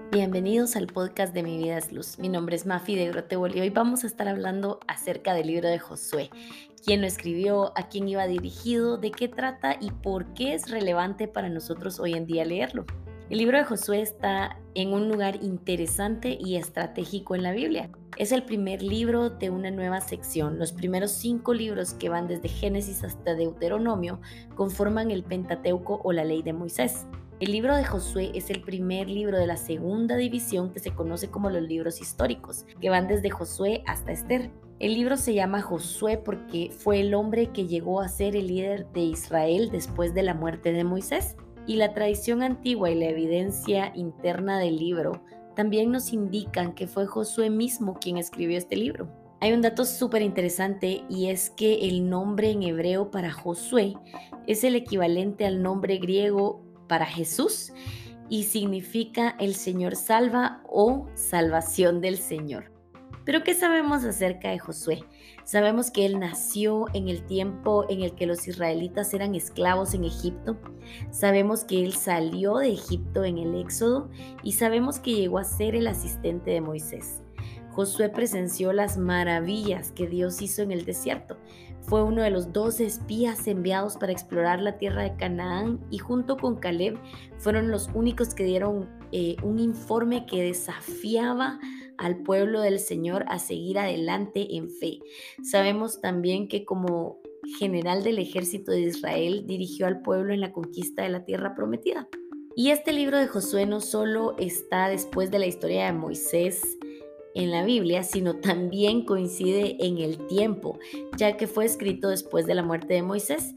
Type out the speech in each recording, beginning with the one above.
Bienvenidos al podcast de Mi Vida es Luz. Mi nombre es Mafi de Grotebol y hoy vamos a estar hablando acerca del libro de Josué. ¿Quién lo escribió? ¿A quién iba dirigido? ¿De qué trata? ¿Y por qué es relevante para nosotros hoy en día leerlo? El libro de Josué está en un lugar interesante y estratégico en la Biblia. Es el primer libro de una nueva sección. Los primeros 5 libros que van desde Génesis hasta Deuteronomio conforman el Pentateuco o la ley de Moisés. El libro de Josué es el primer libro de la segunda división que se conoce como los libros históricos, que van desde Josué hasta Esther. El libro se llama Josué porque fue el hombre que llegó a ser el líder de Israel después de la muerte de Moisés. Y la tradición antigua y la evidencia interna del libro también nos indican que fue Josué mismo quien escribió este libro. Hay un dato súper interesante y es que el nombre en hebreo para Josué es el equivalente al nombre griego para Jesús y significa el Señor salva o salvación del Señor. Pero ¿qué sabemos acerca de Josué? Sabemos que él nació en el tiempo en el que los israelitas eran esclavos en Egipto. Sabemos que él salió de Egipto en el Éxodo y sabemos que llegó a ser el asistente de Moisés. Josué presenció las maravillas que Dios hizo en el desierto. Fue uno de los 12 espías enviados para explorar la tierra de Canaán y junto con Caleb fueron los únicos que dieron un informe que desafiaba al pueblo del Señor a seguir adelante en fe. Sabemos también que como general del ejército de Israel dirigió al pueblo en la conquista de la tierra prometida. Y este libro de Josué no solo está después de la historia de Moisés en la Biblia, sino también coincide en el tiempo, ya que fue escrito después de la muerte de Moisés.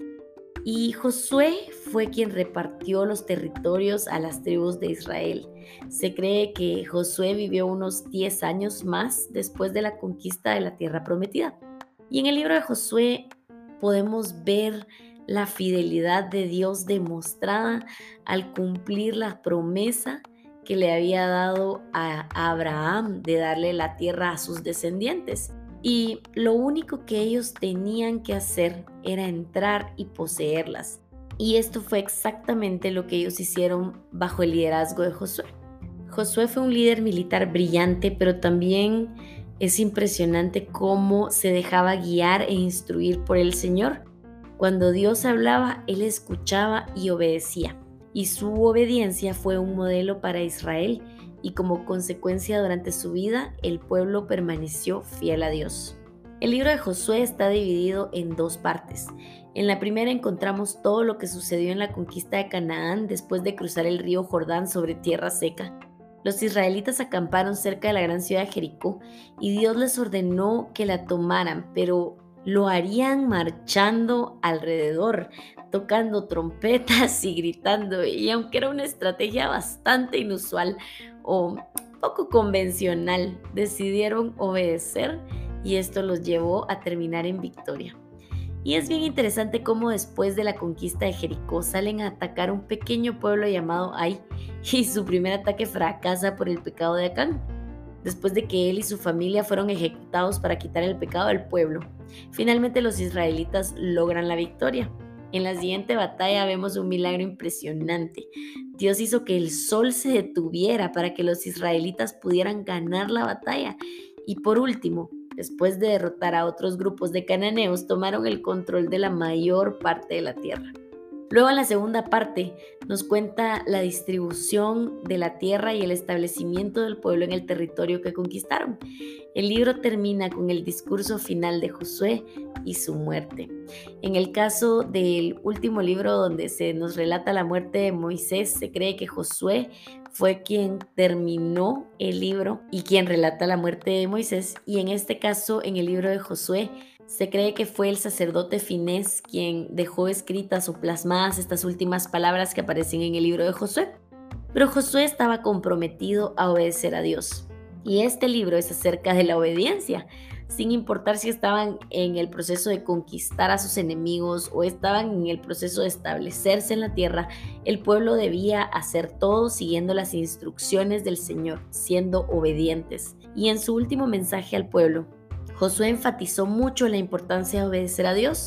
Y Josué fue quien repartió los territorios a las tribus de Israel. Se cree que Josué vivió unos 10 años más después de la conquista de la tierra prometida. Y en el libro de Josué podemos ver la fidelidad de Dios demostrada al cumplir la promesa que le había dado a Abraham de darle la tierra a sus descendientes. Y lo único que ellos tenían que hacer era entrar y poseerlas. Y esto fue exactamente lo que ellos hicieron bajo el liderazgo de Josué. Josué fue un líder militar brillante, pero también es impresionante cómo se dejaba guiar e instruir por el Señor. Cuando Dios hablaba, él escuchaba y obedecía. Y su obediencia fue un modelo para Israel y como consecuencia durante su vida el pueblo permaneció fiel a Dios. El libro de Josué está dividido en 2 partes. En la primera encontramos todo lo que sucedió en la conquista de Canaán después de cruzar el río Jordán sobre tierra seca. Los israelitas acamparon cerca de la gran ciudad de Jericó y Dios les ordenó que la tomaran, pero lo harían marchando alrededor, tocando trompetas y gritando. Y aunque era una estrategia bastante inusual o poco convencional, decidieron obedecer y esto los llevó a terminar en victoria. Y es bien interesante cómo después de la conquista de Jericó salen a atacar un pequeño pueblo llamado Ai y su primer ataque fracasa por el pecado de Acán, después de que él y su familia fueron ejecutados para quitar el pecado del pueblo. Finalmente los israelitas logran la victoria. En la siguiente batalla vemos un milagro impresionante. Dios hizo que el sol se detuviera para que los israelitas pudieran ganar la batalla. Y por último, después de derrotar a otros grupos de cananeos, tomaron el control de la mayor parte de la tierra. Luego en la segunda parte nos cuenta la distribución de la tierra y el establecimiento del pueblo en el territorio que conquistaron. El libro termina con el discurso final de Josué y su muerte. En el caso del último libro donde se nos relata la muerte de Moisés, se cree que Josué fue quien terminó el libro y quien relata la muerte de Moisés. Y en este caso, en el libro de Josué, se cree que fue el sacerdote Finés quien dejó escritas o plasmadas estas últimas palabras que aparecen en el libro de Josué. Pero Josué estaba comprometido a obedecer a Dios. Y este libro es acerca de la obediencia, sin importar si estaban en el proceso de conquistar a sus enemigos o estaban en el proceso de establecerse en la tierra, el pueblo debía hacer todo siguiendo las instrucciones del Señor, siendo obedientes. Y en su último mensaje al pueblo, Josué enfatizó mucho la importancia de obedecer a Dios.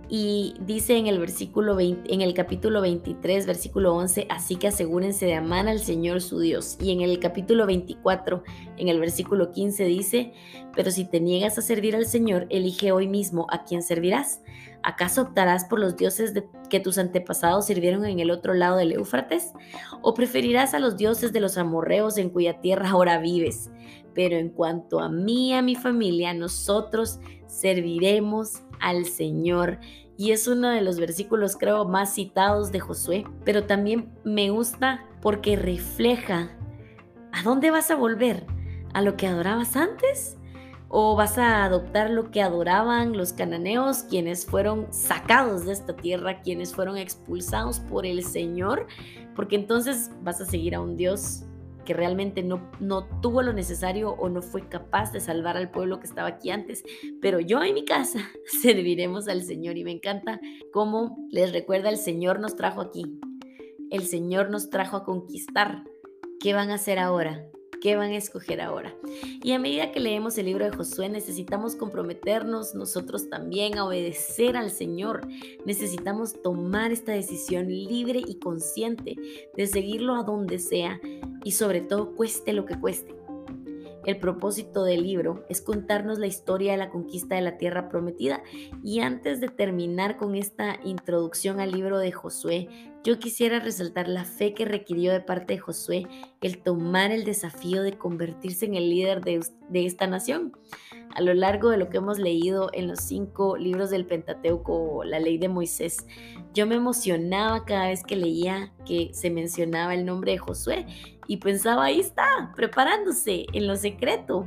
Y dice en el versículo 20, en el capítulo 23, versículo 11, así que asegúrense de amar al Señor su Dios. Y en el capítulo 24, en el versículo 15 dice, pero si te niegas a servir al Señor, elige hoy mismo a quién servirás. ¿Acaso optarás por los dioses que tus antepasados sirvieron en el otro lado del Éufrates? ¿O preferirás a los dioses de los amorreos en cuya tierra ahora vives? Pero en cuanto a mí y a mi familia, nosotros serviremos al Señor. Y es uno de los versículos, creo, más citados de Josué, pero también me gusta porque refleja ¿a dónde vas a volver? ¿A lo que adorabas antes? ¿O vas a adoptar lo que adoraban los cananeos, quienes fueron sacados de esta tierra, quienes fueron expulsados por el Señor? Porque entonces vas a seguir a un Dios que realmente no tuvo lo necesario o no fue capaz de salvar al pueblo que estaba aquí antes. Pero yo en mi casa serviremos al Señor y me encanta cómo les recuerda el Señor nos trajo aquí. El Señor nos trajo a conquistar. ¿Qué van a hacer ahora? ¿Qué van a escoger ahora? Y a medida que leemos el libro de Josué, necesitamos comprometernos nosotros también a obedecer al Señor. Necesitamos tomar esta decisión libre y consciente de seguirlo a donde sea y sobre todo cueste lo que cueste. El propósito del libro es contarnos la historia de la conquista de la tierra prometida. Y antes de terminar con esta introducción al libro de Josué, yo quisiera resaltar la fe que requirió de parte de Josué el tomar el desafío de convertirse en el líder de esta nación. A lo largo de lo que hemos leído en los 5 libros del Pentateuco, la ley de Moisés, yo me emocionaba cada vez que leía que se mencionaba el nombre de Josué y pensaba, ahí está, preparándose en lo secreto.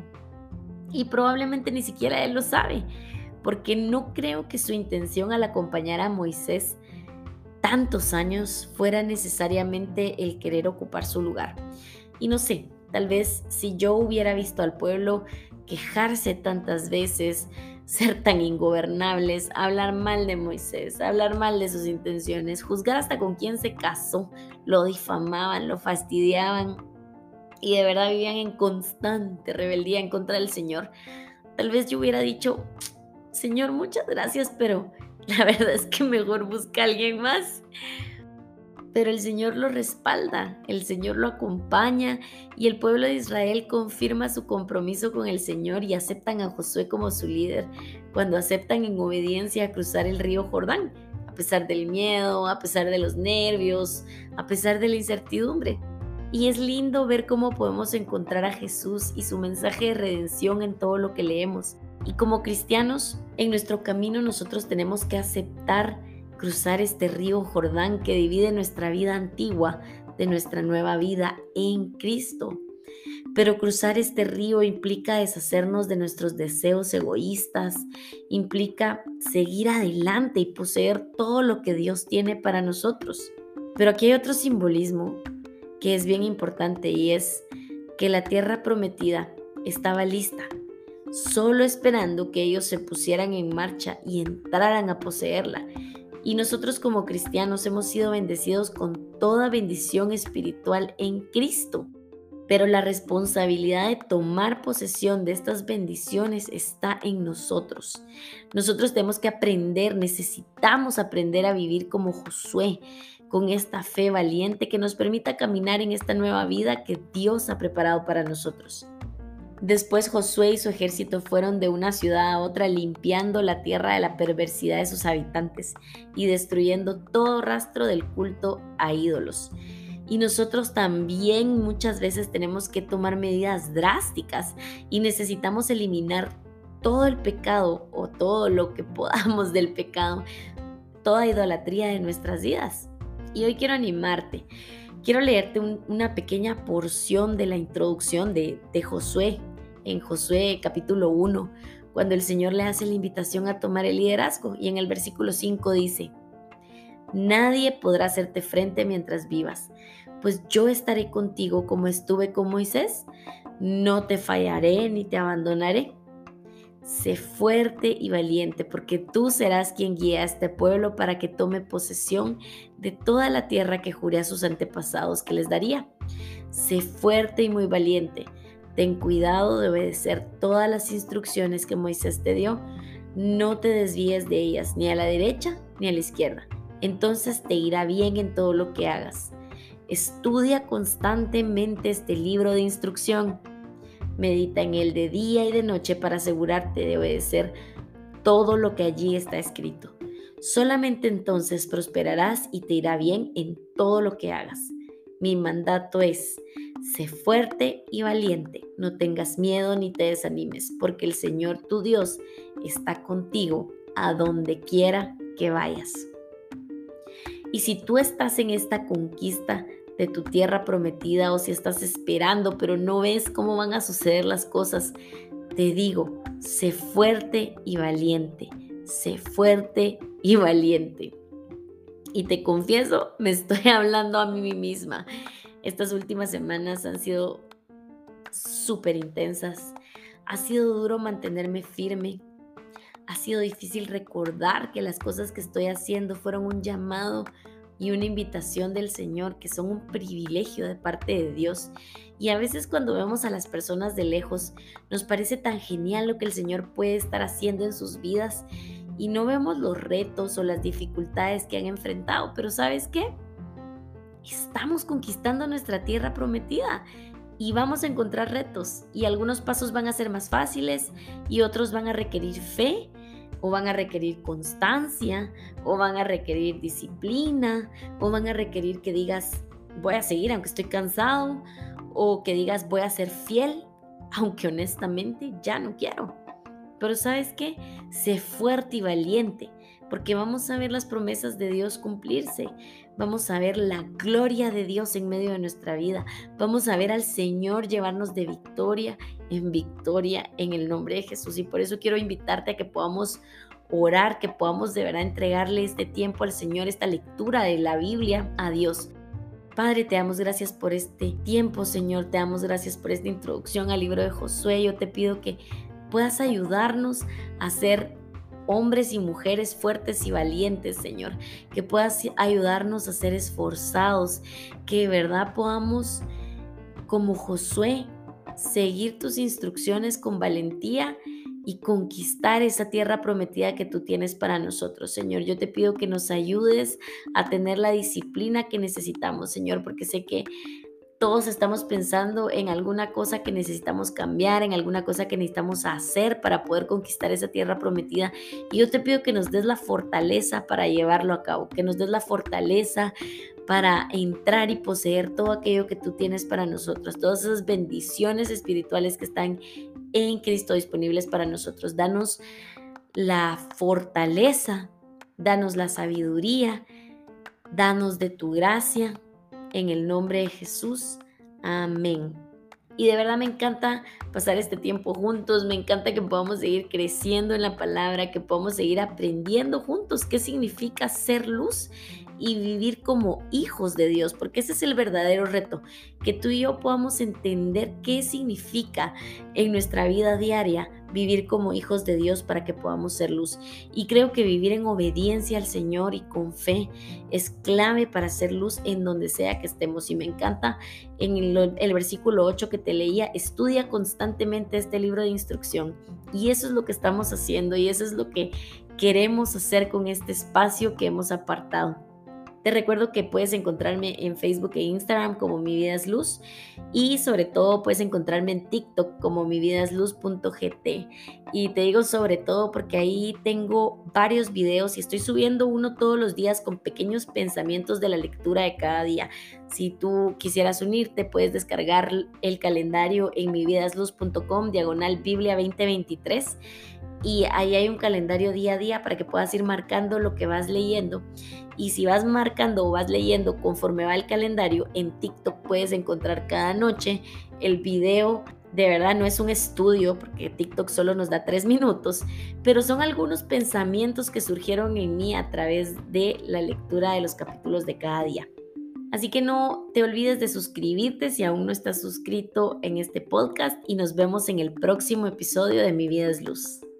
Y probablemente ni siquiera él lo sabe, porque no creo que su intención al acompañar a Moisés tantos años fuera necesariamente el querer ocupar su lugar. Y no sé, tal vez si yo hubiera visto al pueblo quejarse tantas veces, ser tan ingobernables, hablar mal de Moisés, hablar mal de sus intenciones, juzgar hasta con quién se casó, lo difamaban, lo fastidiaban y de verdad vivían en constante rebeldía en contra del Señor, tal vez yo hubiera dicho, Señor, muchas gracias, pero la verdad es que mejor busca a alguien más. Pero el Señor lo respalda, el Señor lo acompaña y el pueblo de Israel confirma su compromiso con el Señor y aceptan a Josué como su líder cuando aceptan en obediencia cruzar el río Jordán, a pesar del miedo, a pesar de los nervios, a pesar de la incertidumbre. Y es lindo ver cómo podemos encontrar a Jesús y su mensaje de redención en todo lo que leemos. Y como cristianos, en nuestro camino nosotros tenemos que aceptar cruzar este río Jordán que divide nuestra vida antigua de nuestra nueva vida en Cristo. Pero cruzar este río implica deshacernos de nuestros deseos egoístas, implica seguir adelante y poseer todo lo que Dios tiene para nosotros. Pero aquí hay otro simbolismo que es bien importante y es que la tierra prometida estaba lista, solo esperando que ellos se pusieran en marcha y entraran a poseerla. Y nosotros como cristianos hemos sido bendecidos con toda bendición espiritual en Cristo. Pero la responsabilidad de tomar posesión de estas bendiciones está en nosotros. Nosotros tenemos que aprender, necesitamos aprender a vivir como Josué, con esta fe valiente que nos permita caminar en esta nueva vida que Dios ha preparado para nosotros. Después Josué y su ejército fueron de una ciudad a otra limpiando la tierra de la perversidad de sus habitantes y destruyendo todo rastro del culto a ídolos. Y nosotros también muchas veces tenemos que tomar medidas drásticas y necesitamos eliminar todo el pecado o todo lo que podamos del pecado, toda idolatría de nuestras vidas. Y hoy quiero animarte. Quiero leerte una pequeña porción de la introducción de Josué, en Josué capítulo 1, cuando el Señor le hace la invitación a tomar el liderazgo. Y en el versículo 5 dice, nadie podrá hacerte frente mientras vivas, pues yo estaré contigo como estuve con Moisés, no te fallaré ni te abandonaré. Sé fuerte y valiente, porque tú serás quien guía a este pueblo para que tome posesión de toda la tierra que juré a sus antepasados que les daría. Sé fuerte y muy valiente. Ten cuidado de obedecer todas las instrucciones que Moisés te dio. No te desvíes de ellas, ni a la derecha ni a la izquierda. Entonces te irá bien en todo lo que hagas. Estudia constantemente este libro de instrucción. Medita en él de día y de noche para asegurarte de obedecer todo lo que allí está escrito. Solamente entonces prosperarás y te irá bien en todo lo que hagas. Mi mandato es: sé fuerte y valiente, no tengas miedo ni te desanimes, porque el Señor tu Dios está contigo a donde quiera que vayas. Y si tú estás en esta conquista de tu tierra prometida, o si estás esperando pero no ves cómo van a suceder las cosas, te digo, sé fuerte y valiente, sé fuerte y valiente. Y te confieso, me estoy hablando a mí misma. Estas últimas semanas han sido súper intensas. Ha sido duro mantenerme firme. Ha sido difícil recordar que las cosas que estoy haciendo fueron un llamado y una invitación del Señor, que son un privilegio de parte de Dios. Y a veces cuando vemos a las personas de lejos, nos parece tan genial lo que el Señor puede estar haciendo en sus vidas y no vemos los retos o las dificultades que han enfrentado. Pero ¿sabes qué? Estamos conquistando nuestra tierra prometida y vamos a encontrar retos, y algunos pasos van a ser más fáciles y otros van a requerir fe, o van a requerir constancia, o van a requerir disciplina, o van a requerir que digas voy a seguir aunque estoy cansado, o que digas voy a ser fiel aunque honestamente ya no quiero. Pero ¿sabes qué? Sé fuerte y valiente, porque vamos a ver las promesas de Dios cumplirse. Vamos a ver la gloria de Dios en medio de nuestra vida. Vamos a ver al Señor llevarnos de victoria en el nombre de Jesús. Y por eso quiero invitarte a que podamos orar, que podamos de verdad entregarle este tiempo al Señor, esta lectura de la Biblia a Dios. Padre, te damos gracias por este tiempo, Señor. Te damos gracias por esta introducción al libro de Josué. Yo te pido que puedas ayudarnos a ser hombres y mujeres fuertes y valientes, Señor. Que puedas ayudarnos a ser esforzados. Que de verdad podamos, como Josué, seguir tus instrucciones con valentía y conquistar esa tierra prometida que tú tienes para nosotros, Señor. Yo te pido que nos ayudes a tener la disciplina que necesitamos, Señor, porque sé que todos estamos pensando en alguna cosa que necesitamos cambiar, en alguna cosa que necesitamos hacer para poder conquistar esa tierra prometida. Y yo te pido que nos des la fortaleza para llevarlo a cabo, que nos des la fortaleza para entrar y poseer todo aquello que tú tienes para nosotros, todas esas bendiciones espirituales que están en Cristo disponibles para nosotros. Danos la fortaleza, danos la sabiduría, danos de tu gracia, en el nombre de Jesús. Amén. Y de verdad me encanta pasar este tiempo juntos, me encanta que podamos seguir creciendo en la palabra, que podamos seguir aprendiendo juntos qué significa ser luz y vivir como hijos de Dios, porque ese es el verdadero reto, que tú y yo podamos entender qué significa en nuestra vida diaria vivir como hijos de Dios para que podamos ser luz. Y creo que vivir en obediencia al Señor y con fe es clave para ser luz en donde sea que estemos. Y me encanta en el versículo 8 que te leía: estudia constantemente este libro de instrucción. Y eso es lo que estamos haciendo, y eso es lo que queremos hacer con este espacio que hemos apartado. Te recuerdo que puedes encontrarme en Facebook e Instagram como Mi Vida es Luz, y sobre todo puedes encontrarme en TikTok como mividasluz.gt. Y te digo sobre todo porque ahí tengo varios videos y estoy subiendo uno todos los días con pequeños pensamientos de la lectura de cada día. Si tú quisieras unirte, puedes descargar el calendario en mividasluz.com/Biblia 2023. Y ahí hay un calendario día a día para que puedas ir marcando lo que vas leyendo. Y si vas marcando o vas leyendo conforme va el calendario, en TikTok puedes encontrar cada noche el video. De verdad no es un estudio, porque TikTok solo nos da 3 minutos, pero son algunos pensamientos que surgieron en mí a través de la lectura de los capítulos de cada día. Así que no te olvides de suscribirte si aún no estás suscrito en este podcast, y nos vemos en el próximo episodio de Mi Vida es Luz.